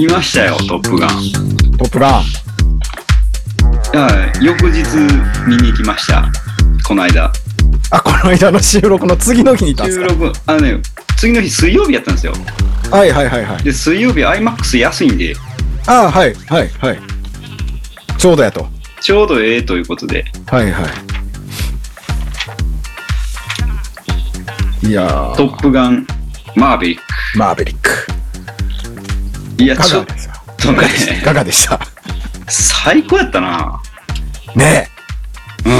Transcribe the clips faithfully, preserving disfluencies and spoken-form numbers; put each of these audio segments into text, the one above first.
ましたよ、トップガン。 トップガン。 はい、翌日見に行きました。この間。 あ、この間の収録の次の日に行ったんですか？ 収録、あのね、次の日水曜日やったんですよ。 はいはいはいはい。 で、水曜日 アイマックス 安いんで。 ああ、はいはいはい。ちょうどやと。 ちょうどええということで。 はいはい。いやー。 トップガン、マーベリック。 マーベリック。 いや、ちょっとね。 いかがでした？ 最高やったな。 ねえ。うん。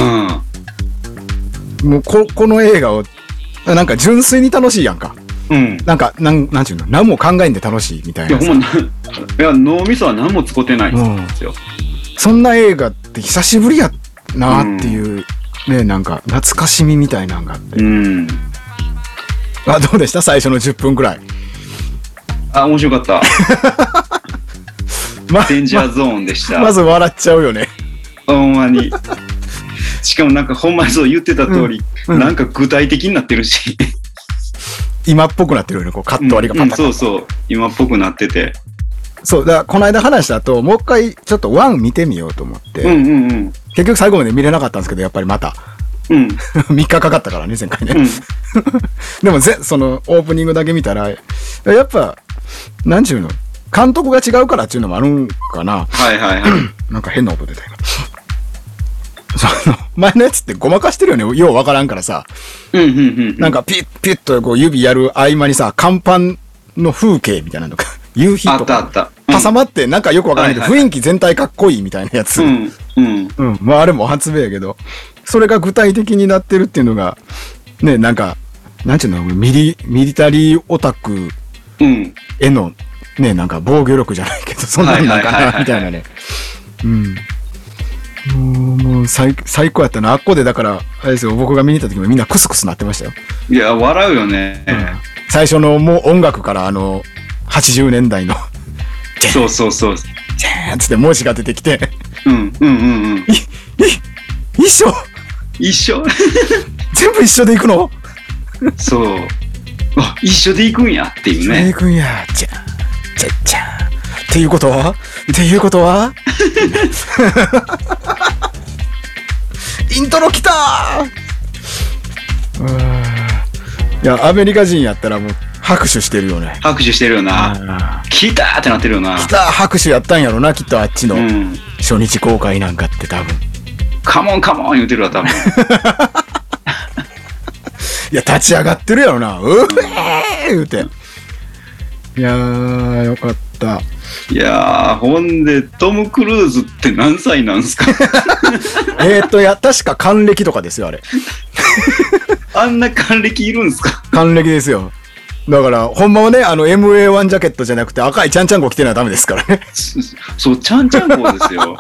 もうこ、この映画を、なんか純粋に楽しいやんか。 うん。 なんか、なん、なんちゅうの、何も考えんで楽しいみたいな。 いや、ほんま、いや、脳みそは何も使ってないんですよ。 うん、そんな映画って久しぶりやなっていう、うん、ね、なんか、懐かしみみたいなのがあって。 うん。 あ、どうでした？最初のじゅっぷんくらい。 あ、面白かった。ま、デンジャーゾーンでした。 ま、まず笑っちゃうよね。 ほんまに。しかもなんかほんまにそう言ってた通り、うんうん、なんか具体的になってるし。 今っぽくなってるよね、こうカット割りがパタパタ、 うんうん、そうそう、今っぽくなってて。 そう、だからこの間話した後、もう一回ちょっとワン見てみようと思って。 うんうんうん。 結局最後まで見れなかったんですけど、やっぱりまた。うん。みっかかかったからね、前回ね。うん、でもぜ、そのオープニングだけ見たら、やっぱ、なんちゅうの、監督が違うからっていうのもあるんかな。 はいはいはい。 なんか変な音出たよ。その前のやつってごまかしてるよね。ようわからんからさ。 うんうんうんうん、 なんかピッピッとこう指やる合間にさ、甲板の風景みたいなのが、夕日とか。 あったあった。 挟まってなんかよくわからないけど、雰囲気全体かっこいいみたいなやつ。 うんうん。 うん。まああれも発明やけど、それが具体的になってるっていうのが、ね、なんか、なんちゅうの、ミリ、ミリタリーオタクへの、ね、なんか防御力じゃないけど、そんなんなんかな、みたいなね。うん。もう、もう最、最高やったな。あっこでだから、あれですよ、僕が見に行った時もみんなクスクスなってましたよ。 いや、笑うよね。うん、 最初のもう音楽からあの、はちじゅうねんだいの。 そうそうそう。 ジャーンつって文字が出てきて。 うん、うん、うん、うん。い、い、 一緒一緒全部一緒で行くの？ そう。あ、一緒で行くんやっていうね。 一緒で行くんや。じゃあ、じゃあ、じゃあ。っていうことはっていうことはイントロ来たー。いや、アメリカ人やったらもう拍手してるよね。 拍手してるよな。来たーってなってるよな。 来たー拍手やったんやろな、きっとあっちの、うん、初日公開なんかって多分。 カモンカモン言うてるわ、多分。 いや、立ち上がってるやろな。うえー言うて。いやー、よかった。 いやー、ほんで、トム・クルーズって何歳なんすか？ えっと、いや、確か還暦とかですよ、あれ。 あんな還暦いるんすか？ 還暦ですよ。だから、ほんまはね、あの、エムエーワン ジャケットじゃなくて赤いちゃんちゃんこ着てないとダメですからね。 そう、ちゃんちゃんこですよ。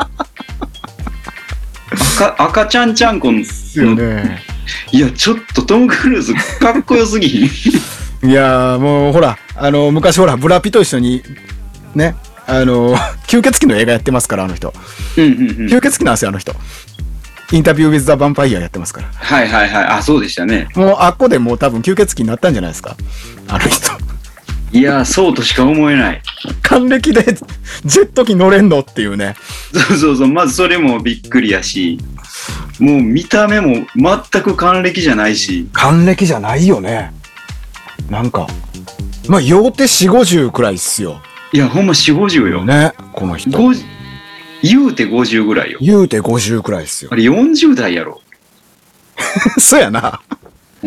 赤、赤ちゃんちゃんこの。ですよね。いや、ちょっとトム・クルーズかっこよすぎひん。 いやー、もう、ほら、あの、昔ほら、ブラピと一緒に、ね、あの、吸血鬼の映画やってますから、あの人。 うんうんうん。 吸血鬼なんですよ、あの人。インタビュー・ウィズ・ザ・ヴァンパイアやってますから。 はいはいはい。あ、そうでしたね。 もう、あっこでもう多分吸血鬼になったんじゃないですか。あの人。 いやー、そうとしか思えない。 還暦でジェット機乗れんのっていうね。 そうそうそう。まずそれもびっくりやし、もう見た目も全く還暦じゃないし。 還暦じゃないよね。なんか、まあ、ようてよん、ごじゅうくらいっすよ。 いや、ほんまよん、ごじゅうよ。 ね、この人。 言うてごじゅうぐらいよ。 言うてごじゅうくらいっすよ。 あれよんじゅう代やろ。 そうやな。 うん。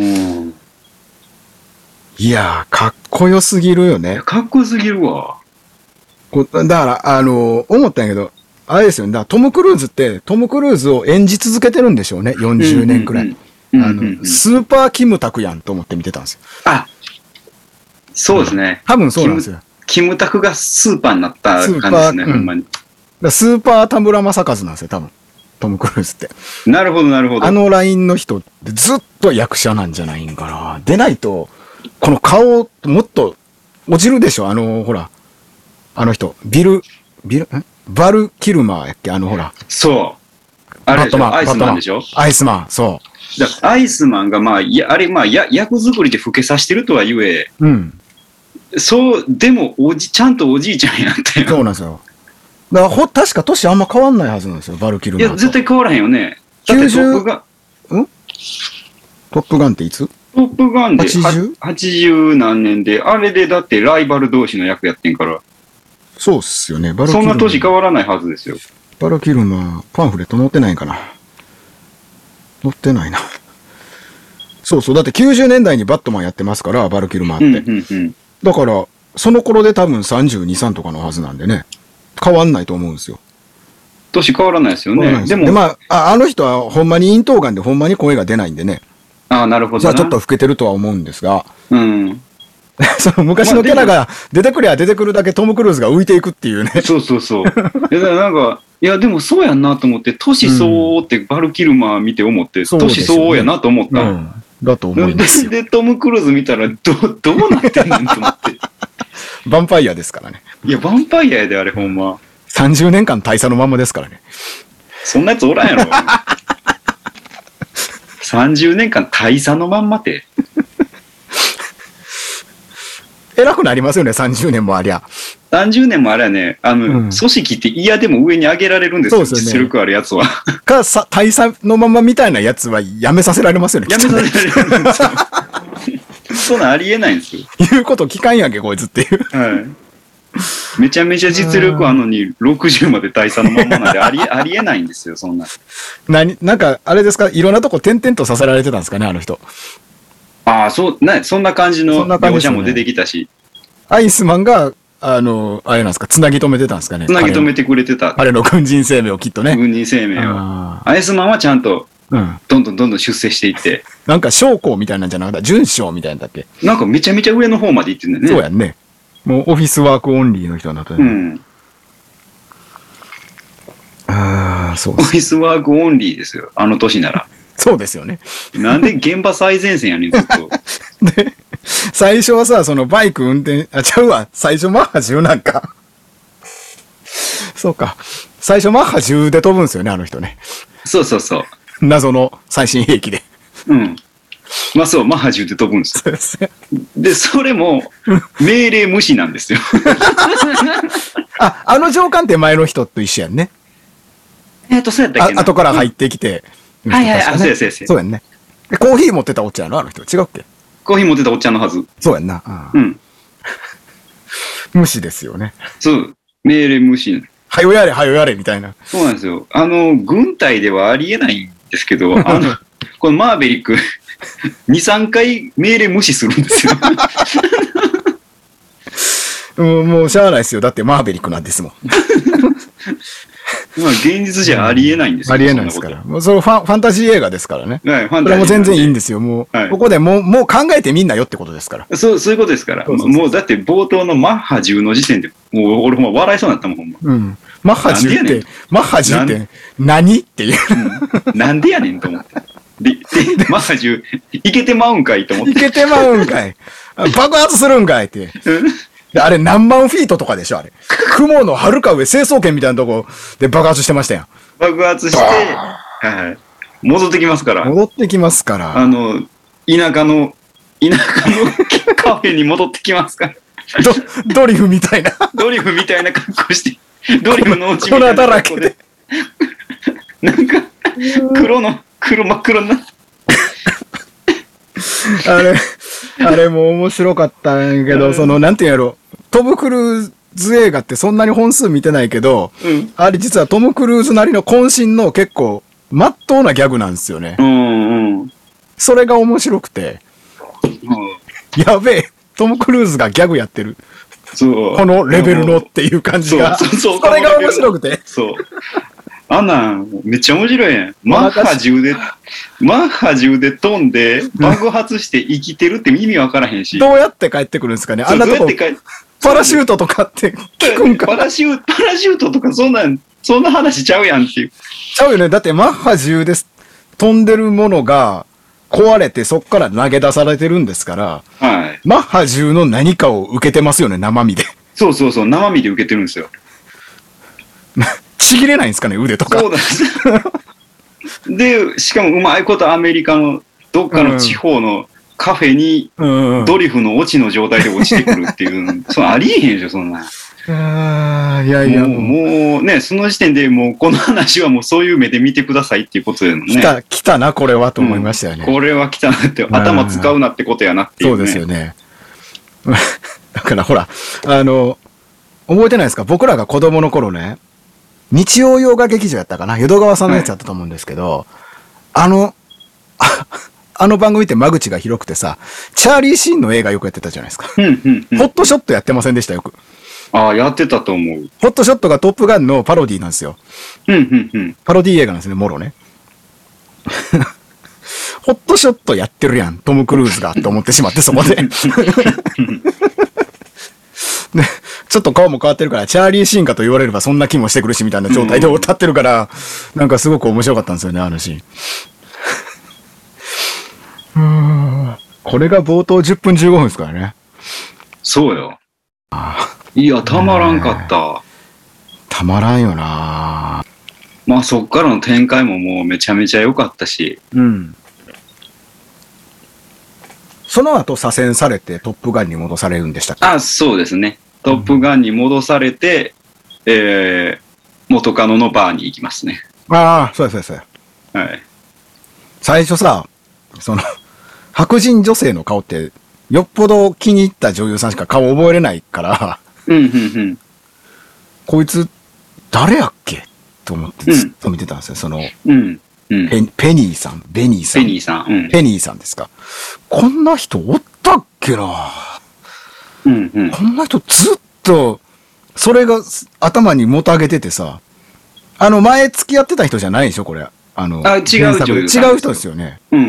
いやー、かっこよすぎるよね。 かっこよすぎるわ。 こだから、あのー、思ったんやけど、あれですよね。だからトム・クルーズって、トム・クルーズを演じ続けてるんでしょうね。よんじゅうねんくらい。あの、スーパーキムタクやんと思って見てたんですよ。 あ、そうですね。 多分そうなんですよ。 キムタクがスーパーになった感じですね、ほんまに。 だスーパー田村正和なんですよ、多分。トム・クルーズって。 なるほど、なるほど。 あのラインの人ってずっと役者なんじゃないんかな。でないと、この顔、もっと落ちるでしょ、あの、ほら。あの人、ビル、ビル、んバル・キルマーやっけ、あのほら。 そう。あれでしょ、アイスマンでしょ。 アイスマン、そう。 だアイスマンが、まあ、いや、あれ、まあ、や、役作りで老けさしてるとは言え、 うん。 そう、でもおじ、ちゃんとおじいちゃんやったよ。 そうなんですよ。だからほ、確か年あんま変わんないはずなんですよ、バルキルマーと。 いや、絶対変わらへんよね。だってトップガン、 んトップガンっていつトップガンではちじゅう? はちじゅう何年で、あれでだってライバル同士の役やってんから。 そうっすよね、バルキルマー。 そんな年変わらないはずですよ。 バルキルマー、パンフレット載ってないんかな。載ってないな。そうそう、だってきゅうじゅうねんだいにバットマンやってますから、バルキルマーって。 うんうんうん、 だから、その頃で多分さんじゅうに、さんとかのはずなんでね。変わんないと思うんですよ。 年変わらないですよね。 でも、でまあ、あの人はほんまに咽頭がんでほんまに声が出ないんでね。 ああ、なるほど。 じゃあちょっと老けてるとは思うんですが。 うん。 その昔のキャラが出てくりゃ出てくるだけトム・クルーズが浮いていくっていうね。 そうそうそう。いや、だからなんか、いや、でもそうやんなと思って、年相応ってバルキルマー見て思って、年、うん、相応やなと思った。 うん、だと思いますよ。 で、トム・クルーズ見たら、ど、どうなってんねんと思って。 ヴァンパイアですからね。 いや、ヴァンパイアやで、あれほんま。 さんじゅうねんかん大佐のまんまですからね。 そんなやつおらんやろ。さんじゅうねんかん大佐のまんまって。 偉くなりますよね、さんじゅうねんもありゃ。 さんじゅうねんもあれはね、あの、うん、組織って嫌でも上に上げられるんですよ、実力あるやつは。 か、さ、大佐のままみたいなやつはやめさせられますよね。 やめさせられるんですよ。そんなんありえないんですよ。 言うこと聞かんやんけ、こいつっていう。はい。 めちゃめちゃ実力あるのに、ろくじゅうまで大佐のままなんであり、ありえないんですよ、そんな。 何、なんか、あれですか、いろんなとこ転々とさせられてたんですかね、あの人。 ああ、そう、な、そんな感じの描写も出てきたし。 アイスマンが、あの、あれなんですか、つなぎ止めてたんですかね。 つなぎ止めてくれてた。 あれの軍人生命をきっとね。 軍人生命を。アイスマンはちゃんと、うん、どんどんどんどん出世していって。 なんか将校みたいなんじゃなかった、准将みたいなんだっけ。 なんかめちゃめちゃ上の方まで行ってんだよね。 そうやんね。もうオフィスワークオンリーの人になったね。うん。ああ、そうオフィスワークオンリーですよ。あの年なら。 そうですよね。 なんで現場最前線やねん、ずっと。 で、最初はさ、そのバイク運転、あ、ちゃうわ。最初マッハじゅうなんか。そうか。最初マッハじゅうで飛ぶんですよね、あの人ね。 そうそうそう。 謎の最新兵器で。 うん。まあそう、マッハじゅうで飛ぶんですよ。で、それも命令無視なんですよ。 あ、あの上官って前の人と一緒やんね。 えっと、そうやったっけな。 あ、後から入ってきて。 うん、はいはい、あ、そうやそうやそうや。 そうやんね。コーヒー持ってたおっちゃんやのあの人。違うっけ？ コーヒー持ってたおっちゃんのはず。 そうやんな。あうん。 無視ですよね。 そう。命令無視。 はよやれ、はよやれ、みたいな。 そうなんですよ。あの、軍隊ではありえないんですけど、あの、このマーベリック、に、さんかい命令無視するんですよ。 もう、もうしゃあないですよ。だってマーベリックなんですもん。 まあ現実じゃありえないんですよ、 うん、ありえないですから。もうそれファン、ファンタジー映画ですからね。 はい、ファンタジー。 それも全然いいんですよ。もう、はい、ここでもう、もう考えてみんなよってことですから。 そう、そういうことですから。そうそうそうもうだって冒頭のマッハじゅうの時点で、もう俺も笑いそうになったもん、ほんま。 うん。マッハじゅうって、マッハじゅうって何っていう、 うん。なんでやねんと思って。で、で、マッハじゅう、いけてまうんかいと思って。 いけてまうんかい。爆発するんかいって。であれ何万フィートとかでしょあれ。雲の遥か上、成層圏みたいなとこで爆発してましたやん。 爆発して、はい。戻ってきますから。 戻ってきますから。 あの、田舎の、田舎のカフェに戻ってきますから。 ド, ドリフみたいな。 ドリフみたいな格好して、ドリフのうちみたいな格好で。なんか、黒の、黒真っ黒になって。 あれ、あれも面白かったんやけど、その、なんていうんやろ。トム・クルーズ映画ってそんなに本数見てないけど、うん、あれ実はトム・クルーズなりの渾身の結構、まっとうなギャグなんですよね。 うんうん、 それが面白くて、うん、やべえ、トム・クルーズがギャグやってる。 そうこのレベルのっていう感じが。そうそうそう、それが面白くて。 そう。あんなんめっちゃ面白いやん。マッハじゅうで、マッハじゅうで飛んで爆発して生きてるって意味わからへんし。 どうやって帰ってくるんですかねあんなとこ。パラシュートとかって聞くんか。 パラシュート、パラシュートとかそんなん、そんな話ちゃうやんっていう。 ちゃうよね。だってマッハじゅうです。飛んでるものが壊れてそっから投げ出されてるんですから。 はい。 マッハじゅうの何かを受けてますよね、生身で。 そうそうそう、生身で受けてるんですよ。 ちぎれないんですかね、腕とか。 そうなんです。で、しかもうまいことアメリカのどっかの地方のカフェにうんうん。 ドリフのオチの状態で落ちてくるっていう、そのありえへんでしょ、そんな。 ああ、いやいや、 もう、もうね、その時点でもうこの話はもうそういう目で見てくださいっていうことだよね。 来た、来たな、これはと思いましたよね。 これは来たなって、頭使うなってことやなっていう、ね。 そうですよね。だからほら、あの、覚えてないですか？僕らが子供の頃ね、日曜洋画劇場やったかな、淀川さんのやつやったと思うんですけど、はい、あの、あ、あの番組って間口が広くてさ、チャーリー・シーンの映画よくやってたじゃないですか。 うんうんうん、 ホットショットやってませんでした、よく。 ああ、やってたと思う。 ホットショットがトップガンのパロディなんですよ。 うんうんうん、 パロディ映画なんですね、もろね。ホットショットやってるやん、トム・クルーズが、と思ってしまって、そこで。ね、ちょっと顔も変わってるから、チャーリー・シーンかと言われればそんな気もしてくるし、みたいな状態で歌ってるから、なんかすごく面白かったんですよね、あのシーン。うーん、これが冒頭じゅっぷんじゅうごふんですからね。 そうよ。いや、たまらんかった。 たまらんよな。 まあそっからの展開ももうめちゃめちゃ良かったし。 うん。その後左遷されてトップガンに戻されるんでしたっけ？ あ、そうですね。トップガンに戻されて、うん、えー、元カノのバーに行きますね。 ああ、そうです、そうです。 はい。 最初さ、その、白人女性の顔って、よっぽど気に入った女優さんしか顔覚えれないから、 うんうんうん、 こいつ、誰やっけと思ってずっと見てたんですよ。その、 うんうん、 ペ, ペニーさん、ベニーさん。 ペニーさん、うん。 ペニーさんですか。こんな人おったっけな、 うんうん、 こんな人ずっと、それが頭にもたげててさ、あの前付き合ってた人じゃないでしょ、これ。あの、 あ、違う女優さん。 違う人ですよね。 うん。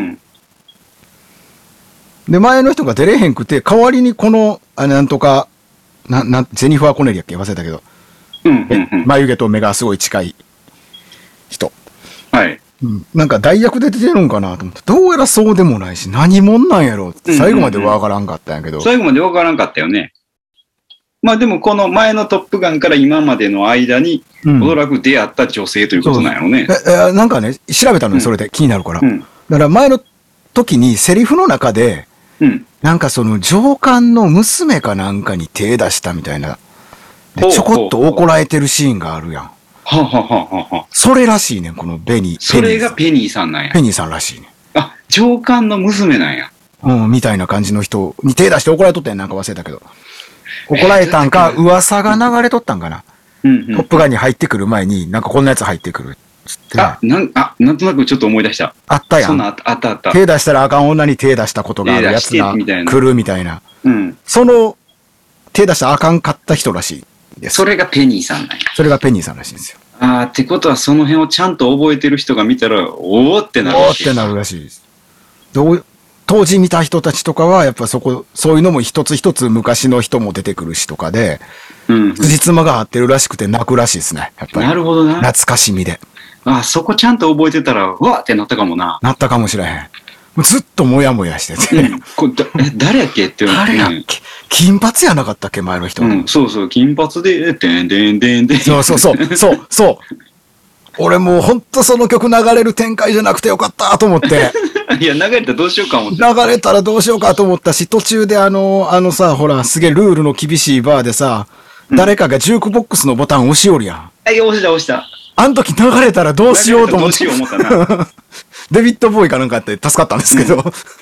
で、前の人が出れへんくて、代わりにこの、あなんとか、な、な、ジェニファー・コネリやっけ忘れたけど。 うんうんうん。 眉毛と目がすごい近い人。 はい。 うん、なんか代役で出てるんかなと思って、どうやらそうでもないし、何者なんやろって最後までわからんかったんやけど、 うんうんうん。最後までわからんかったよね。まあでもこの前のトップガンから今までの間に、うん、おそらく出会った女性ということなんやろね。 え、え、なんかね、調べたのよ、それで、うん、気になるから。 うん、 だから前の時にセリフの中で、 うん、 なんかその上官の娘かなんかに手出したみたいな、でちょこっと怒られてるシーンがあるやん。 ははははは。 それらしいねん、このベニー。 それがペニーさんなんや。 ペニーさんらしいねん。 あ、上官の娘なんや。 うん、みたいな感じの人に手出して怒られとったんやん、なんか忘れたけど。怒られたんか、噂が流れとったんかな。 うんうん、 トップガンに入ってくる前に、なんかこんなやつ入ってくる。つって。 あ、なん、あ、なんとなくちょっと思い出した。 あったやん。 そんなあったあったあった。 手出したらあかん女に手出したことがあるやつが来るみたいな。 うん。 その、手出したらあかんかった人らしいです。 それがペニーさんなんや。 それがペニーさんらしいんですよ。 ああ、ってことはその辺をちゃんと覚えてる人が見たら、おーってなる。 おーってなるらしいです。どう当時見た人たちとかは、やっぱそこ、そういうのも一つ一つ昔の人も出てくるしとかで、 うん、うん。 辻褄が合ってるらしくて泣くらしいですね。やっぱり。 なるほどな。 懐かしみで。 ああ、そこちゃんと覚えてたら、うわーってなったかもな。 なったかもしれへん。もうずっともやもやしてて。 うん、こだえ、誰やっけって言われて。 誰やっけ金髪やなかったっけ前の人。 うん、そうそう、金髪で、でんでんでんでん。 そうそうそう、そう、そう。俺もうほんとその曲流れる展開じゃなくてよかったと思って。 いや、流れたらどうしようか思って。 流れたらどうしようかと思ったし、途中であの、あのさ、ほら、すげえルールの厳しいバーでさ、うん、誰かがジュークボックスのボタン押しおるやん。 はい、押した押した。 あの時流れたらどうしようと思って。 どうしよう思ったな。 デビッド・ボーイかなんかって助かったんですけど。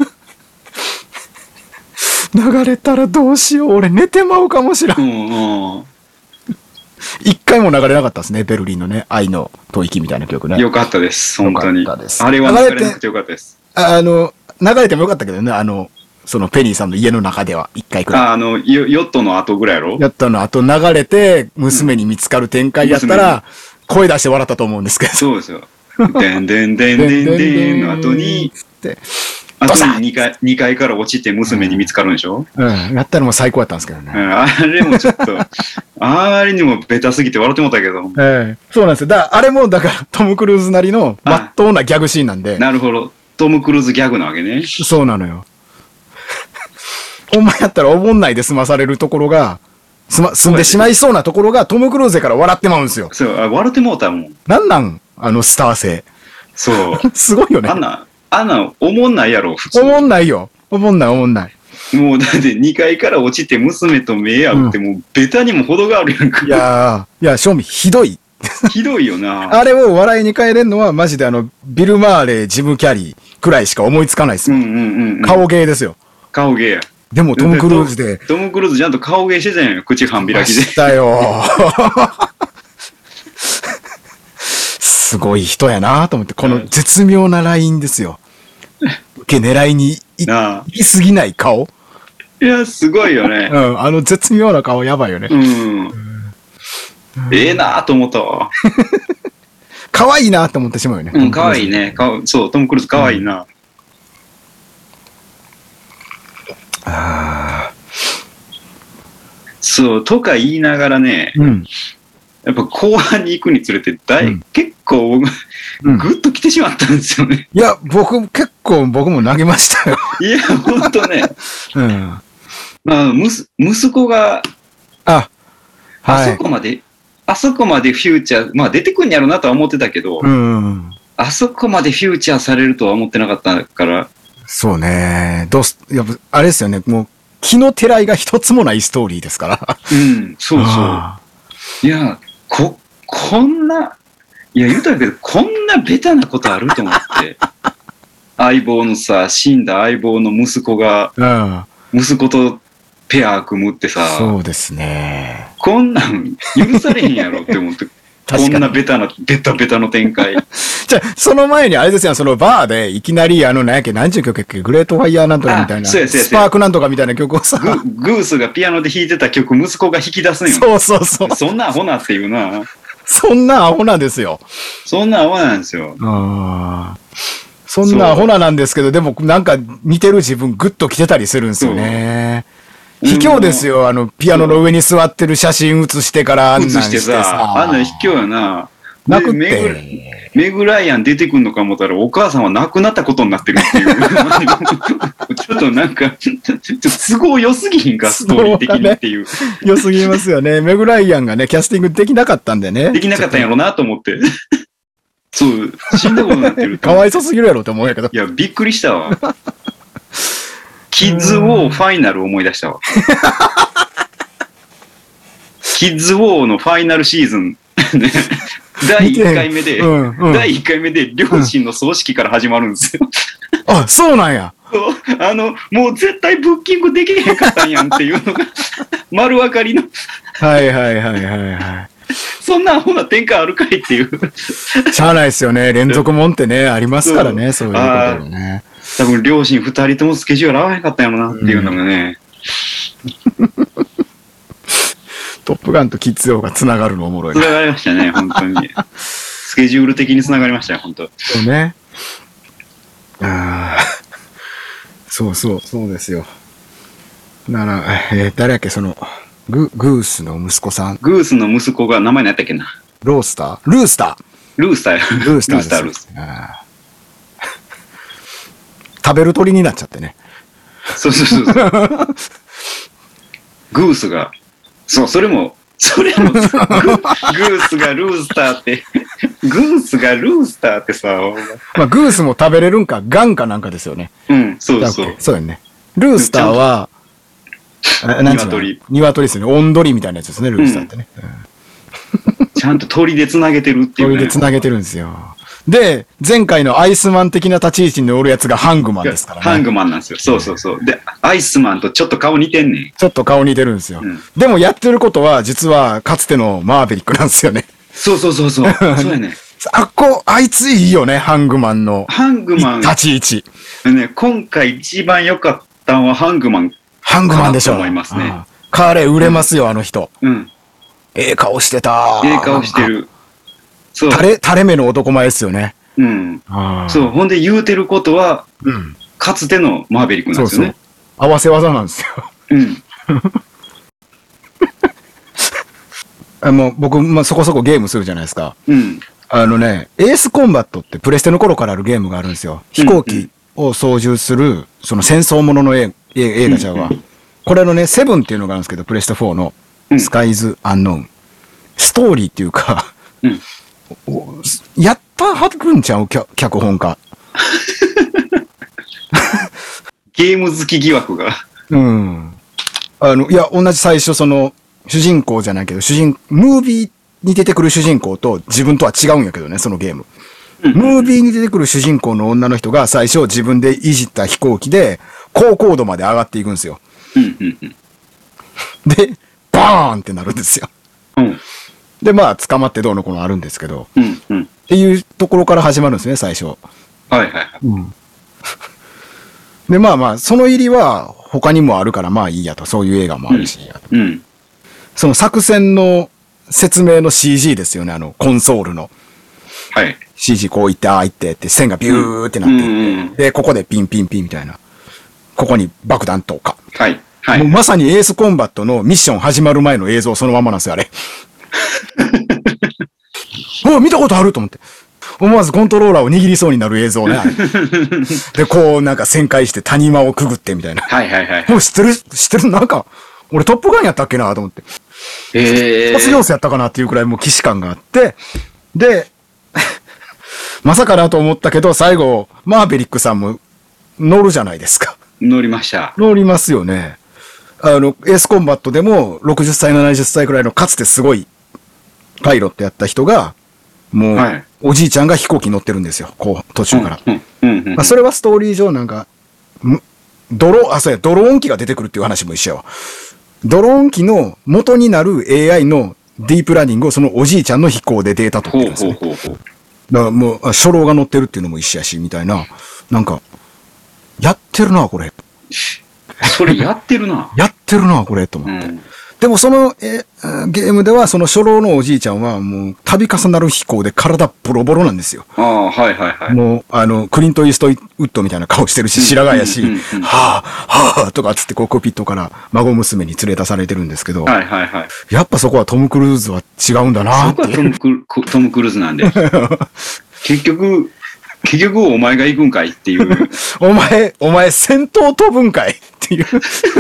うん、流れたらどうしよう。俺寝てまうかもしらん。 うんうん。 一回も流れなかったですね、ベルリンのね、愛の吐息みたいな曲ね。 よかったです、本当に。 よかったです。 あれは流れなくてよかったです。 あの、流れてもよかったけどね、あの、そのペニーさんの家の中では一回くらい。 あ、あの、ヨットの後ぐらいやろ？ ヨットの後流れて、娘に見つかる展開やったら、うん、声出して笑ったと思うんですけど。 そうですよ。でんでんでんでんでんの後に、あとににかい、にかいから落ちて娘に見つかるんでしょ？ うん。うん、やったらもう最高やったんですけどね。 うん、あれもちょっと、あまりにもベタすぎて笑ってもったけど。 ええ、そうなんですよ。だからあれも、だからトム・クルーズなりの真っ当なギャグシーンなんで。 なるほど。トム・クルーズギャグなわけね。 そうなのよ。ほんまやったらおもんないで済まされるところが、すま、済んでしまいそうなところがトム・クルーズから笑ってまうんですよ。 そう、あ、笑ってもうたもん。 なんなんあのスター性。 そう。 すごいよね。 あんな、あんな、おもんないやろ、普通。 おもんないよ。 おもんないおもんない。 もうだってにかいから落ちて娘と目合うってもうベタにも程があるやんか。 いやー、いや、正味ひどい。 ひどいよな。 あれを笑いに変えれるのはマジであの、ビル・マーレー、ジム・キャリーくらいしか思いつかないですよ。 うんうんうん、うん。 顔芸ですよ。 顔芸や。 でもトム・クルーズで。 トム・クルーズちゃんと顔芸してたんよ。口半開きで。 したよ。すごい人やなと思って、この絶妙なラインですよ。受け狙いにい行き過ぎない顔。 いや、すごいよね。 うん、あの絶妙な顔やばいよね。 うん。ええなと思ったわ。 可愛いなと思ってしまうよね。 うん、可愛いね。かそう、トム・クルーズ可愛いな。うん、 あそう、とか言いながらね、 うん、 やっぱ後半に行くにつれてだい、うん、結構僕、うん、グッと来てしまったんですよね。 いや、僕、結構僕も投げましたよ。 いや、ほんとね。 うん。 まあ、むす息子が、 あ、はい、 あそこまで、あそこまでフューチャー、まあ出てくんやろうなとは思ってたけど、 うん、 あそこまでフューチャーされるとは思ってなかったから。 そうね。どうす、やっぱ、あれですよね。もう、気のてらいが一つもないストーリーですから。 うん、そうそう。いや、こ、こんな、いや、言うたけど、こんなベタなことあると思って。相棒のさ、死んだ相棒の息子が、 うん、 息子とペア組むってさ、 そうですね。 こんなん許されへんやろって思って、こんなベタな、ベタベタの展開。 じゃあ、その前にあれですよ、そのバーでいきなりあの、なんやっけ、何ちゅう曲やっけ、グレートファイヤーなんとかみたいな、 そうやそうやスパークなんとかみたいな曲をさ、 グ、グースがピアノで弾いてた曲、息子が弾き出すんよ。 そうそうそう。 そんなアホなっていうな。 そんなアホなんですよ。 そんなアホなんですよ。 あそんなアホななんですけど、でもなんか似てる自分グッと来てたりするんですよね。卑怯ですよ、あの、ピアノの上に座ってる写真写してからあんなんしてさ。あんなん卑怯やな。 なくって。 メグライアン出てくんのか思ったら、お母さんは亡くなったことになってるっていう。ちょっとなんか、ちょっと都合良すぎひんか、ストーリー的にっていう。 良すぎますよね。メグライアンがね、キャスティングできなかったんでね。 できなかったんやろうなと思って。そう、死んだことになってる。 かわいそすぎるやろって思うんやけど。 いや、びっくりしたわ。キッズウォーファイナル思い出したわ。キッズウォーのファイナルシーズン。だいいっかいめで、うんうん、だいいっかいめで両親の葬式から始まるんですよ。 あ、そうなんや。 そう。あの、もう絶対ブッキングできへんかったんやんっていうのが、丸分かりの。 はいはいはいはいはい。 そんなアホな展開あるかいっていう。 しゃあないですよね。連続もんってね、ありますからね、そういうことね。 多分両親二人ともスケジュール合わへんかったんやろなっていうのがね。 うん、トップガンとキッズ王が繋がるのおもろい。 繋がりましたね、本当に。スケジュール的に繋がりましたよ、本当。 そうね。ああ。そうそう、そうですよ。なら、えー、誰やっけ、その、グ、グースの息子さん。 グースの息子が名前何やったっけな。 ロースタールースタールースターや。 ルースターです。ルースター、ルースター。食べる鳥になっちゃってね。 そうそうそうそう。グースが、そう、それも、それもグ、グースがルースターって、グースがルースターってさ、 まあ、グースも食べれるんか、ガンかなんかですよね。 うん、そうそう。 そうやね。ルースターは、 鶏。 鶏ですね。オンドリみたいなやつですね、ルースターってね。 うん、ちゃんと鳥で繋げてるっていう、ね。 鳥で繋げてるんですよ。で、前回のアイスマン的な立ち位置におるやつがハングマンですからね。 ハングマンなんですよ。そうそうそう。で、アイスマンとちょっと顔似てんねん。 ちょっと顔似てるんですよ。うん、でもやってることは、実はかつてのマーベリックなんですよね。 そうそうそうそう。そうやね。 あっこ、あいついいよね、ハングマンの。 ハングマン。 立ち位置。 ね、今回一番良かったのはハングマン。 ハングマンでしょ。 思いますね。 彼売れますよ、あの人。 うん。 ええ顔してた。 ええ顔してる。 そう。垂れ、垂れ目の男前ですよね。 うん。そう。ほんで言うてることは、 うん、 かつてのマーベリックなんですよね。そうそう。合わせ技なんですよ。 うん。 あもう僕、まあ、そこそこゲームするじゃないですか。 うん。 あのね、エースコンバットってプレステの頃からあるゲームがあるんですよ。飛行機を操縦する、その戦争ものの映画ちゃうわ。これのね、セブンっていうのがあるんですけど、プレステフォーの、スカイズ・アンノーン。ストーリーっていうか、 うん、 やったはるんちゃう脚本家。 ゲーム好き疑惑が。 うん。あの、いや、同じ最初その、主人公じゃないけど、主人、ムービーに出てくる主人公と自分とは違うんやけどね、そのゲーム。ムービーに出てくる主人公の女の人が最初自分でいじった飛行機で高高度まで上がっていくんですよ。で、バーンってなるんですよ。うん、で、まあ、捕まってどうのこうのあるんですけど、うんうん、っていうところから始まるんですね、最初。はいはいはい。うん、で、まあまあ、その入りは他にもあるからまあいいやと、そういう映画もあるし、うんうん、その作戦の説明の シージー ですよね、あの、コンソールの。はい。シージー こういって、ああいってって、線がビューってなっていって、うんうん、で、ここでピンピンピンみたいな。ここに爆弾投下。はい。はい。もうまさにエースコンバットのミッション始まる前の映像そのままなんですよ、あれ。もう見たことあると思って。思わずコントローラーを握りそうになる映像ね。で、こうなんか旋回して谷間をくぐってみたいな。はいはいはい。もう知ってる、知ってるなんか、俺トップガンやったっけなと思って。ええー。卒業生やったかなっていうくらいもう既視感があって、で、まさかなと思ったけど、最後、マーベリックさんも乗るじゃないですか。 乗りました。 乗りますよね。あの、エースコンバットでもろくじゅっさい、ななじゅっさいくらいのかつてすごいパイロットやった人が、もう、はい、おじいちゃんが飛行機乗ってるんですよ。こう、途中から。うんうんうんまあ、それはストーリー上なんか、ドロ、あ、そうや、ドローン機が出てくるっていう話も一緒やわ。ドローン機の元になる エーアイ のディープラーニングをそのおじいちゃんの飛行でデータ取ってるんですね。ほうほうほうほうだからもう、初老が乗ってるっていうのも一緒やし、みたいな。なんか、やってるな、これ。 それやってるな。 やってるな、これ、と思って。うん、でもそのえ、ゲームでは、その初老のおじいちゃんは、もう、度重なる飛行で体ボロボロなんですよ。 ああ、はいはいはい。 もう、あの、クリント・イーストウッドみたいな顔してるし、白髪やし、はぁ、はぁ、とかつってコックピットから孫娘に連れ出されてるんですけど、はいはいはい。やっぱそこはトム・クルーズは違うんだなって。そこはトムク、トム・クルーズなんで。結局、結局お前が行くんかいっていう。 お前、お前戦闘飛ぶんかいっていう。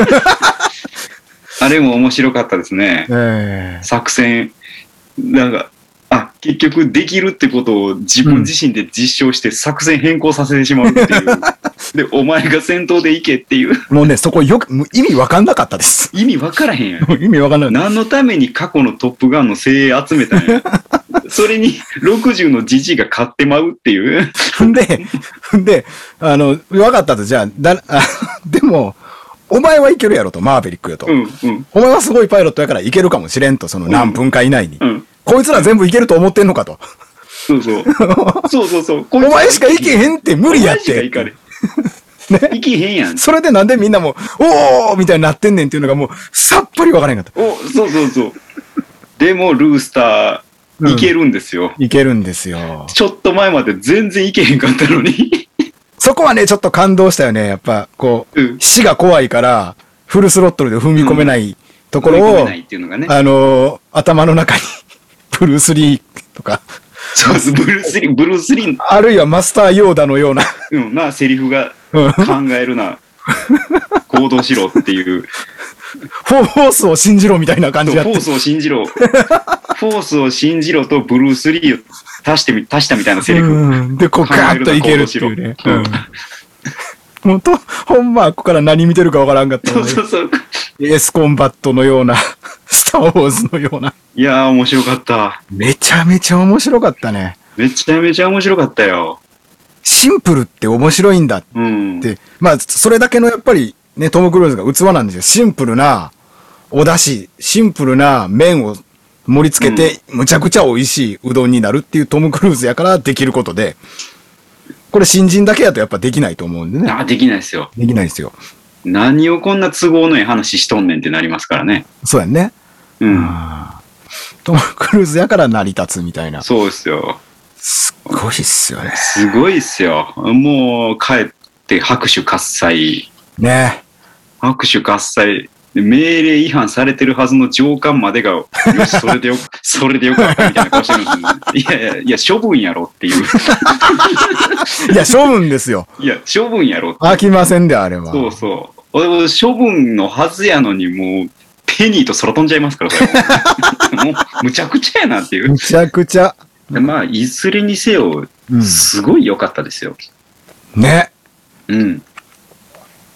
あれも面白かったですね。えー、作戦。なんか、あ、結局できるってことを自分自身で実証して作戦変更させてしまうっていう。うん、で、お前が戦闘で行けっていう。 もうね、そこよく、意味わかんなかったです。 意味わからへんやん。 意味わかんない。 何のために過去のトップガンの精鋭集めたんや。それにろくじゅうのじじいが買ってまうっていう。 んで、んで、あの、わかったと、じゃあ、だあでも、お前はいけるやろと、マーベリックよと。うんうん、お前はすごいパイロットやからいけるかもしれんと、その何分か以内に。うんうん、こいつら全部いけると思ってんのかと。 そうそう。そうそうそう。 お前しかいけへんって無理やって。お前しかいかれ。 ね、いけへんやん。 それでなんでみんなも、おーみたいになってんねんっていうのがもう、さっぱりわからへんかった。 お、そうそうそう。でも、ルースター、いけるんですよ、 うん。いけるんですよ。 ちょっと前まで全然いけへんかったのに。 そこはね、ちょっと感動したよね。やっぱ、こう、うん、死が怖いから、フルスロットルで踏み込めないところを、うん、踏み込めないっていうのがね、あのー、頭の中に、ブルース・リーとか、 そうです、ブルース・リー、ブルース・リー。 あるいはマスター・ヨーダのような。 うん、まあ、セリフが考えるな、行動しろっていう。 フォースを信じろみたいな感じやって。フォースを信じろ。フォースを信じろとブルース・リーを足してみ、足したみたいなセリフ。 うん、で、こうガーッといけるっていうね。うん。ほんと、ほんま、ここから何見てるかわからんかった、ね。そうそうそう。エースコンバットのような、スター・ウォーズのような。 いやー、面白かった。 めちゃめちゃ面白かったね。 めちゃめちゃ面白かったよ。 シンプルって面白いんだって。うん、まあ、それだけのやっぱり、ね、トム・クルーズが器なんですよ。シンプルなお出汁、シンプルな麺を盛り付けて、むちゃくちゃ美味しいうどんになるっていうトム・クルーズやからできることで、これ新人だけやとやっぱできないと思うんでね。 あ、できないですよ。 できないですよ。 何をこんな都合のいい話しとんねんってなりますからね。 そうやんね。うん。トム・クルーズやから成り立つみたいな。 そうですよ。 すごいっすよね。 すごいっすよ。もう帰って拍手喝采。ね。拍手喝采。命令違反されてるはずの上官までが、よし、それでよ、それでよかったみたいな顔してるんですね。いやいや、いや、処分やろっていう。 いや、処分ですよ。 いや、処分やろって。 飽きませんで、あれは。 そうそう。俺も処分のはずやのに、もう、ペニーと空飛んじゃいますから、それ。もう、むちゃくちゃやなっていう。 むちゃくちゃ。 まあ、いずれにせよ、すごい良かったですよ。 うん、ね。 うん。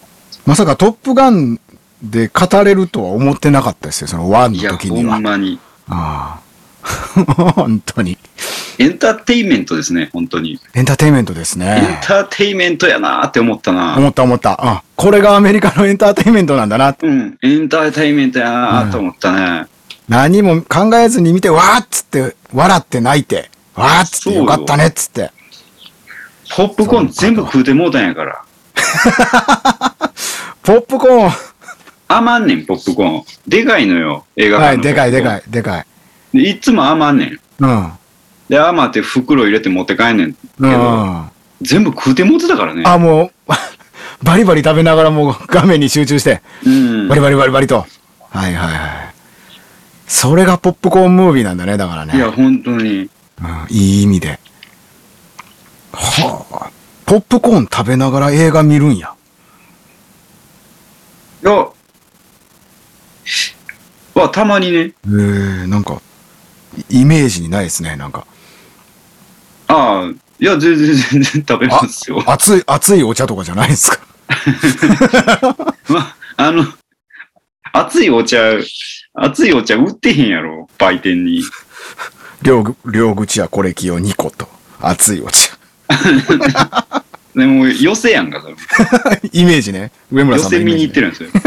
まさかトップガンで語れるとは思ってなかったですよ、そのワンの時には。 いや、ほんまに。 ああ。本当に。 エンターテインメントですね、本当に。 エンターテインメントですエンね。 ターテインメントやなーって思ったな。 思った思った。あ、これがアメリカのエンターテインメントなんだな。 うん、エンターテインメントやなーと思ったね。 何も考えずに見て、わーっつって、笑って泣いて、わーっつってよかったねっつって。 ポップコーン全部食うてもうたんやから。 ポップコーン。 余んねん、ポップコーン。でかいのよ、映画館の。 はい、でかいでかい、でかい。 でいつも余んねん。 うん。 で、余って袋入れて持って帰んねんけど、 うん、 全部食うてもうてたからね。 あ、もう、バリバリ食べながらもう画面に集中して、 うん、 バリバリバリバリと。はいはいはい。それがポップコーンムービーなんだね、だからね。 いや、本当に。 うん、いい意味で。はあ。ポップコーン食べながら映画見るんや。 いや、はたまにね。 えー、なんか、イメージにないですね、なんか。 ああ、いや、全然全然食べますよ。 熱い、熱いお茶とかじゃないですか。 ま、あの、熱いお茶、熱いお茶売ってへんやろ、売店に。 両、両口はこれきよにこと、熱いお茶。 でも、寄せやんか、それ。 イメージね。上村さんのイメージ、ね。 寄せ見に行ってるんですよ。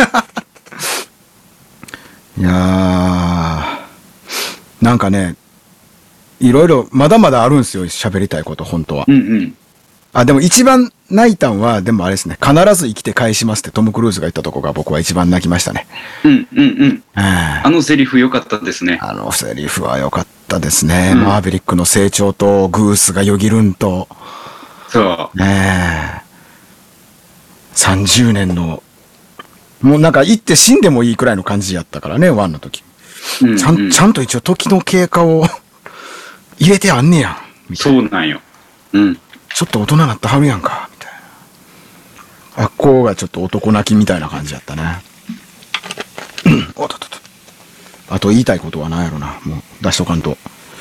いやー、なんかね、いろいろ、まだまだあるんですよ、喋りたいこと、本当は。 うんうん。 あ、でも一番泣いたんは、でもあれですね、必ず生きて返しますってトム・クルーズが言ったとこが僕は一番泣きましたね。 うんうんうん。 あのセリフ良かったですね。 あのセリフは良かったですね。 うん、 マーヴェリックの成長と、グースがよぎるんと。 そう。 ねえ。さんじゅうねんの、もうなんか行って死んでもいいくらいの感じやったからね、ワンの時。 うんうん、 ちゃん、ちゃんと一応時の経過を入れてあんねやん。みたいな。 そうなんよ。うん。 ちょっと大人になってはるやんか、みたいな。あっこがちょっと男泣きみたいな感じやったね。おっとっとっと。あと言いたいことは何やろな。もう出しとかんと。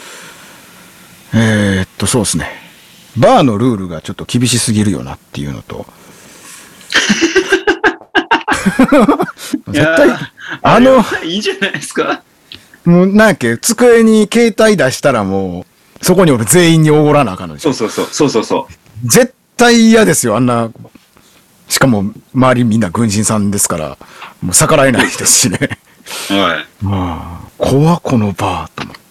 えー、っと、そうですね。バーのルールがちょっと厳しすぎるよなっていうのと。絶対、あの、 いいじゃないですか。 もうなんやっけ、机に携帯出したらもう、そこにおる全員におごらなあかんのでしょ。 そうそうそう、そうそうそう。 絶対嫌ですよ、あんな。しかも、周りみんな軍人さんですから、もう逆らえないですしね。 はい。 まあ、怖このバーと思って。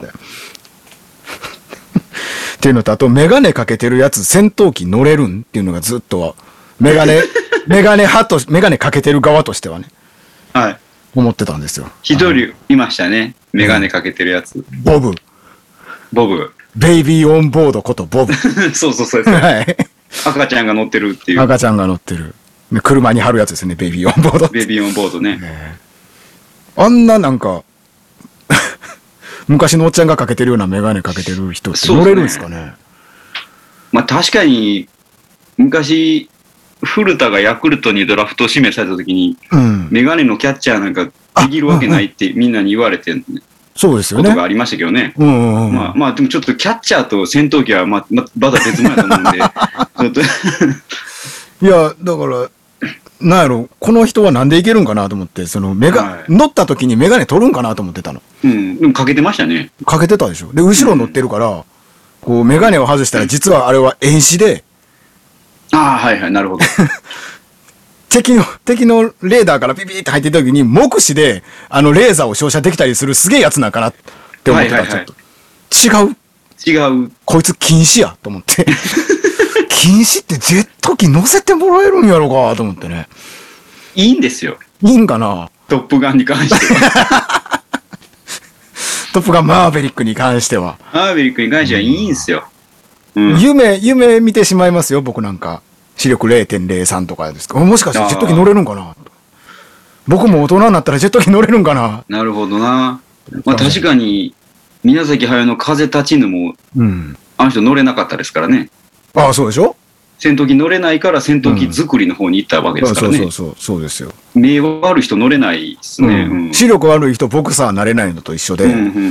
っていうのと、あと、メガネかけてるやつ、戦闘機乗れるんっていうのがずっと、メガネ、メガネ派と、メガネかけてる側としてはね。 はい。 思ってたんですよ。 一人いましたね。メガネかけてるやつ。 ボブ。 ボブ。 ベイビーオンボードことボブ。 そうそうそう。はい。赤ちゃんが乗ってるっていう。 赤ちゃんが乗ってる。車に貼るやつですね、ベイビーオンボード。 ベイビーオンボードね。 ねあんななんか、昔のおっちゃんがかけてるようなメガネかけてる人って乗れるんですかね。ねまあ確かに、昔、古田がヤクルトにドラフト指名された時に、うん、メガネのキャッチャーなんかできるわけないってみんなに言われて、ね、 そうですよね。 ことがありましたけどね。 うんうんうん、 まあまあでもちょっとキャッチャーと戦闘機はまままだ別物だと思うんで、ちょっといやだからなんやろこの人はなんでいけるんかなと思ってそのメガ、はい、乗った時にメガネ取るんかなと思ってたの。 うん、でもかけてましたね。 かけてたでしょ。で後ろ乗ってるから、うん、こうメガネを外したら実はあれは遠視で。 ああ、はいはい、なるほど。 敵の、敵のレーダーからピピーって入ってた時に、目視で、あの、レーザーを照射できたりするすげえやつなんかなって思ってた、はいはいはい、ちょっと。違う。 違う。 こいつ禁止や、と思って。禁止ってジェット機乗せてもらえるんやろか、と思ってね。 いいんですよ。 いいんかなトップガンに関しては。 トップガンマーヴェリックに関しては。 マーヴェリックに関してはいいんですよ。 うん、夢、夢見てしまいますよ、僕なんか。視力 れいてんれいさん とかですか。もしかしてジェット機乗れるんかな僕も大人になったらジェット機乗れるんかな。 なるほどな。まあ確かに、宮崎駿の風立ちぬも、うん、あの人乗れなかったですからね。 ああ、そうでしょ戦闘機乗れないから戦闘機作りの方に行ったわけですからね。 そうそうそう、そうですよ。 目悪い人乗れないですね。 うんうん、視力悪い人ボクサーなれないのと一緒で、うんうんうんうん、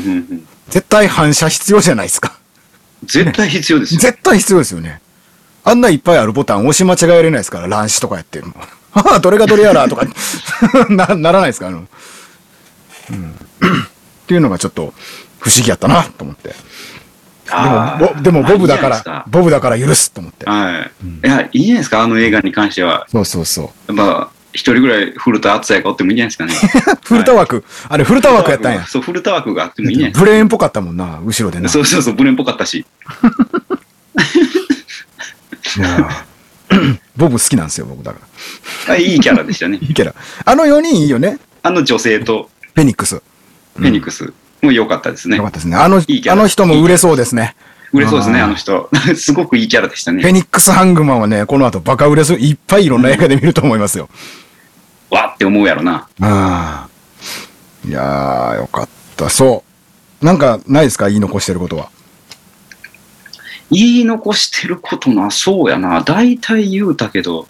絶対反射必要じゃないですか。 絶対必要ですよ。 絶対必要ですよね。あんないっぱいあるボタン押し間違えれないですから、乱視とかやってるの。 はあ、どれがどれやらとかな、ならないですかあの、うん。っていうのがちょっと不思議やったなと思って。でも、でもボブだから、まあ、いいボブだから許すと思って。 はい。うん、いや、いいじゃないですか、あの映画に関しては。 そうそうそう。 やっぱ、一人ぐらい古田敦也がおってもいいんじゃないですかね。 古田枠、はい、あれ古田枠やったんや。 そう、古田枠があってもいいんじゃないですか。 ブレーンっぽかったもんな、後ろでな。 そうそうそう、ブレーンっぽかったし。 いやボブ好きなんですよ、僕だから。 いいキャラでしたね。 いいキャラ。あのよにんいいよね。 あの女性と。 フェニックス。 フェニックス。もう良かったですね。 良かったですね。あの、いいあの人も売れそうですね。 売れそうですね、あの人。すごくいいキャラでしたね。 フェニックス・ハングマンはね、この後バカ売れする、いっぱいいろんな映画で見ると思いますよ。 わって思うやろな。 ああ。いやー、よかった。そう。なんか、ないですか言い残してることは。 言い残してることな、そうやな。大体言うたけど。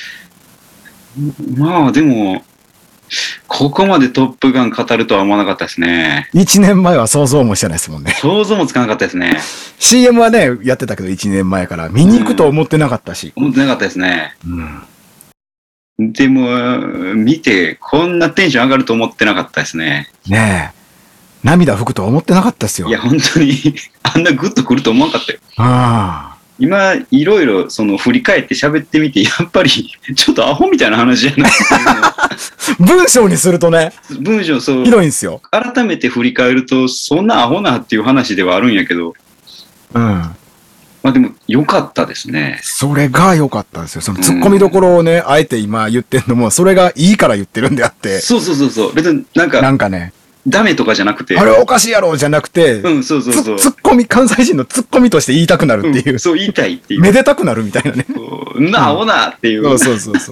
まあ、でも、ここまでトップガン語るとは思わなかったですね。 いちねんまえは想像もしてないですもんね。 想像もつかなかったですね。 シーエム はね、やってたけどいちねんまえから見に行くと思ってなかったし。 うん、思ってなかったですね。 うん、 でも、見てこんなテンション上がると思ってなかったですね。 ねえ。涙吹くとは思ってなかったですよ。 いや、本当に、あんなグッとくると思わなかったよ。 ああ。 今、いろいろ、その、振り返って喋ってみて、やっぱり、ちょっとアホみたいな話じゃない文章にするとね。 文章、そう。 ひどいんですよ。 改めて振り返ると、そんなアホなっていう話ではあるんやけど。 うん。 まあでも、良かったですね。 それが良かったんですよ。その、突っ込みどころをね、うん、あえて今言ってんのも、それがいいから言ってるんであって。 そうそうそうそう。別になんか、 なんかね。 ダメとかじゃなくて。 あれおかしいやろじゃなくて、 うん、そうそうそう。 ツッコミ、関西人のツッコミとして言いたくなるっていう。うん、 そう、言いたいっていう。 めでたくなるみたいなね。 なおなっていう。 そうそうそうそう。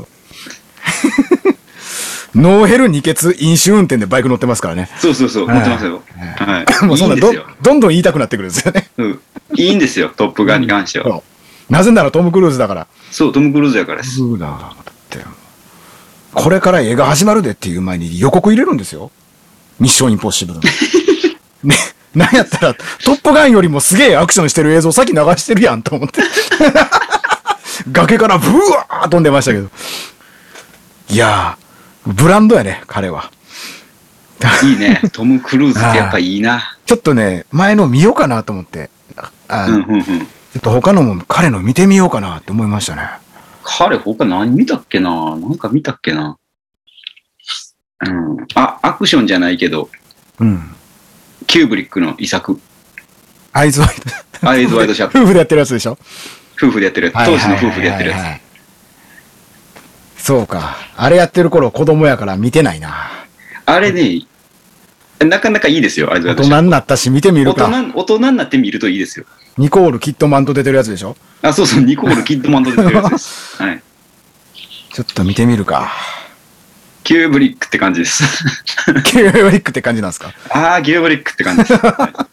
ノーヘル二欠飲酒運転でバイク乗ってますからね。 そうそうそう、乗ってますよ。はい。 もうそんなど、どんどん言いたくなってくるんですよね。 うん。いいんですよ、トップガンに関しては。 なぜならトム・クルーズだから。 そう、トム・クルーズやからです。 そうだ。だって。これから映画始まるでっていう前に予告入れるんですよ。ミッションインポッシブル。ね、なんやったら、トップガンよりもすげえアクションしてる映像さっき流してるやんと思って。崖からブワー飛んでましたけど。いやー、ブランドやね、彼は。 いいね。トム・クルーズってやっぱいいな。 ちょっとね、前の見ようかなと思って。あ、うんうんうん。ちょっと他のも彼の見てみようかなって思いましたね。 彼他何見たっけななんか見たっけなうん。あ、アクションじゃないけど。 うん。 キューブリックの遺作。 アイズワイド。アイズワイドシャット。 夫婦でやってるやつでしょ夫婦でやってるやつ。当時の夫婦でやってるやつ。そうか。あれやってる頃子供やから見てないな。 あれね、なかなかいいですよ、アイズワイドシャット。大人になったし見てみるか。 大人、大人になってみるといいですよ。 ニコール・キッドマンと出てるやつでしょあ、そうそう、ニコール・キッドマンと出てるやつです。はい。 ちょっと見てみるか。 キューブリックって感じです。 キューブリックって感じなんですかああ、キューブリックって感じです。はい、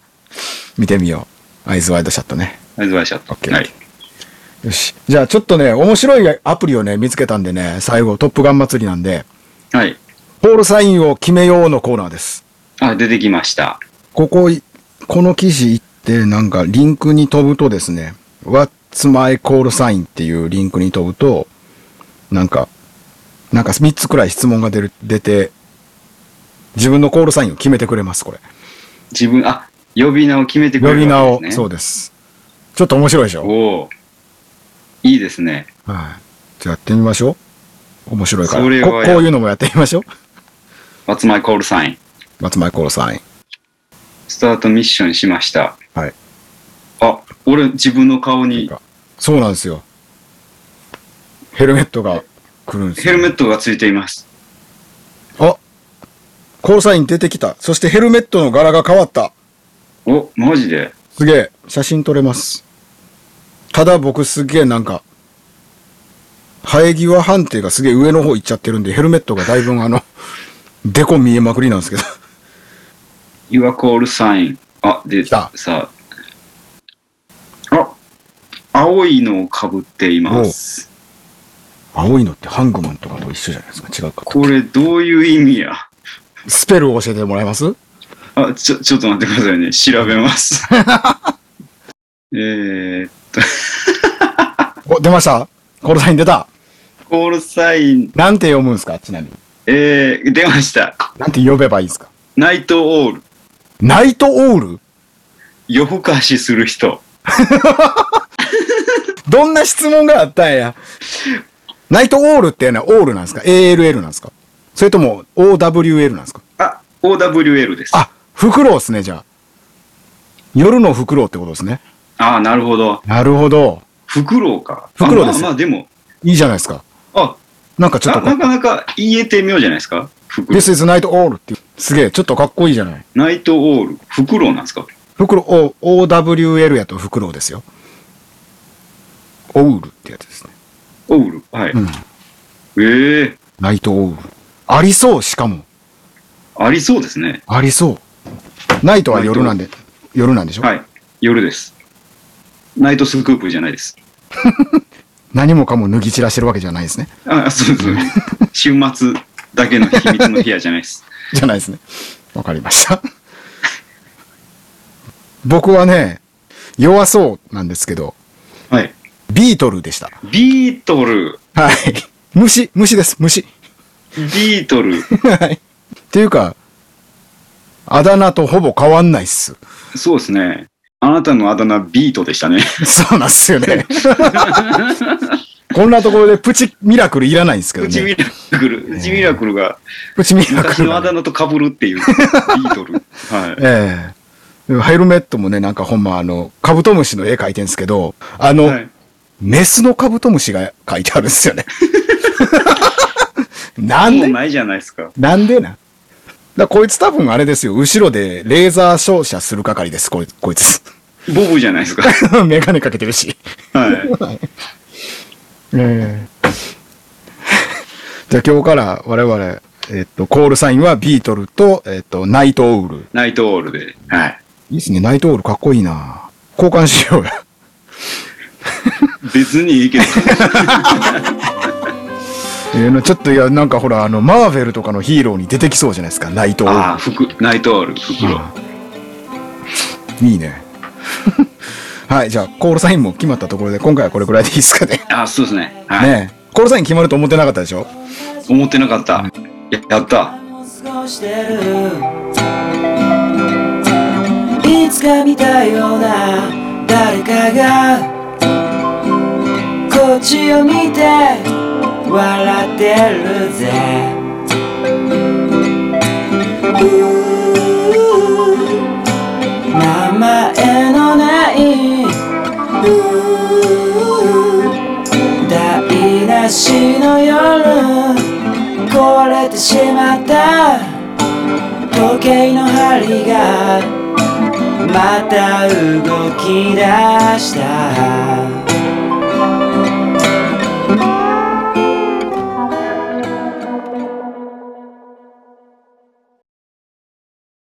見てみよう。アイズワイドシャットね。 アイズワイドシャット。 OK。はい。よし。じゃあちょっとね、面白いアプリをね、見つけたんでね、最後、トップガン祭りなんで。 はい。 コールサインを決めようのコーナーです。 あ、出てきました。 ここ、この記事行って、なんかリンクに飛ぶとですね、What's my call sign っていうリンクに飛ぶと、なんか、なんかみっつくらい質問が出る、出て、自分のコールサインを決めてくれます、これ。 自分、あ、呼び名を決めてくれるわけですね。 呼び名を、そうです。ちょっと面白いでしょ？ おお。いいですね。 はい。じゃあやってみましょう。面白いから。 それはこ、こういうのもやってみましょう。 What's my call sign? What's my call sign? スタートミッションしました。 はい。 あ、俺自分の顔に。 そうなんですよ。ヘルメットが来るんですよ。 ヘルメットがついています。 あ、コールサイン出てきた。そしてヘルメットの柄が変わった。 お、マジで？ すげえ。写真撮れます。ただ僕すげえなんか、生え際判定がすげえ上の方行っちゃってるんで、ヘルメットがだいぶあの、デコ見えまくりなんですけど。 Your call sign。あ、で、さあ。あ、青いのを被っています。 青いのってハングマンとかと一緒じゃないですか。違うか。 これどういう意味や？ スペルを教えてもらえます？ あ、ちょ、ちょっと待ってくださいね。調べます。えーっと。 お、出ました？コールサイン出た。 ココールサイン。 なんて読むんですか、ちなみに。 えー、出ました。 なんて呼べばいいですか。 ナイトオール。 ナイトオール？ 夜更かしする人。 どんな質問があったんや。ナイトオールっていうのはオールなんですか？ エーエルエル なんですか？それとも オーダブリューエル なんですか？ あ、オーダブリューエル です。 あ、フクロウですね、じゃあ。夜のフクロウってことですね。 ああ、なるほど。 なるほど。 フクロウか。 フクロウです。 まあ、まあでも。 いいじゃないですか。 あ、 なんかちょっとなかなか言えてみようじゃないですか。 フクロウ。This is Night Owl ってすげえ、ちょっとかっこいいじゃない。 ナイトオール。フクロウなんですか？ フクロウ、オーダブリューエル やとフクロウですよ。オウルってやつですね。 オウル。はい。うん、ええー。 ナイトオウル。ありそう、しかも。 ありそうですね。 ありそう。ナイトは夜なんで、夜なんでしょ？ はい。夜です。ナイトスクープじゃないです。 何もかも脱ぎ散らしてるわけじゃないですね。 あ、そうですね。週末だけの秘密の部屋じゃないです。 じゃないですね。わかりました。僕はね、弱そうなんですけど、 はい。 ビートルでした。 ビートル。 はい。虫、虫です、虫。 ビートル。 はい。っていうか、あだ名とほぼ変わんないっす。 そうですね。あなたのあだ名ビートでしたね。 そうなんですよね。こんなところでプチミラクルいらないんですけどね。 プチミラクル、プチミラクルが、 プチミラクル、ね。 昔のあだ名と被るっていう、ビートル。はい。 ええー。ヘルメットもね、なんかほんまあの、カブトムシの絵描いてるんですけど、あの、はい、メスのカブトムシが描いてあるんですよね。なんで？ もうないじゃないですか。 なんでな。だこいつ多分あれですよ。後ろでレーザー照射する係です、こいこいつ。 ボブじゃないですか。 メガネかけてるし。はい。えー、じゃあ今日から我々、えっと、コールサインはビートルと、えっと、ナイトオール。 ナイトオールで。はい。 いいっすね。ナイトオールかっこいいな。交換しようや。 別にいいけど。 えー、ちょっといや、なんかほら、あの、マーベルとかのヒーローに出てきそうじゃないですか、ナイトオール。 ああ、服、ナイトオール、袋。 いいね。はい、じゃあ、コールサインも決まったところで、今回はこれくらいでいいですかね。 ああ、そうですね。はい。ねコールサイン決まると思ってなかったでしょ？ 思ってなかった。うん、や, やった。いつか見たような誰かがこっちを見て笑ってるぜ。名前のない台無しの夜、壊れてしまった時計の針がまた動き出した。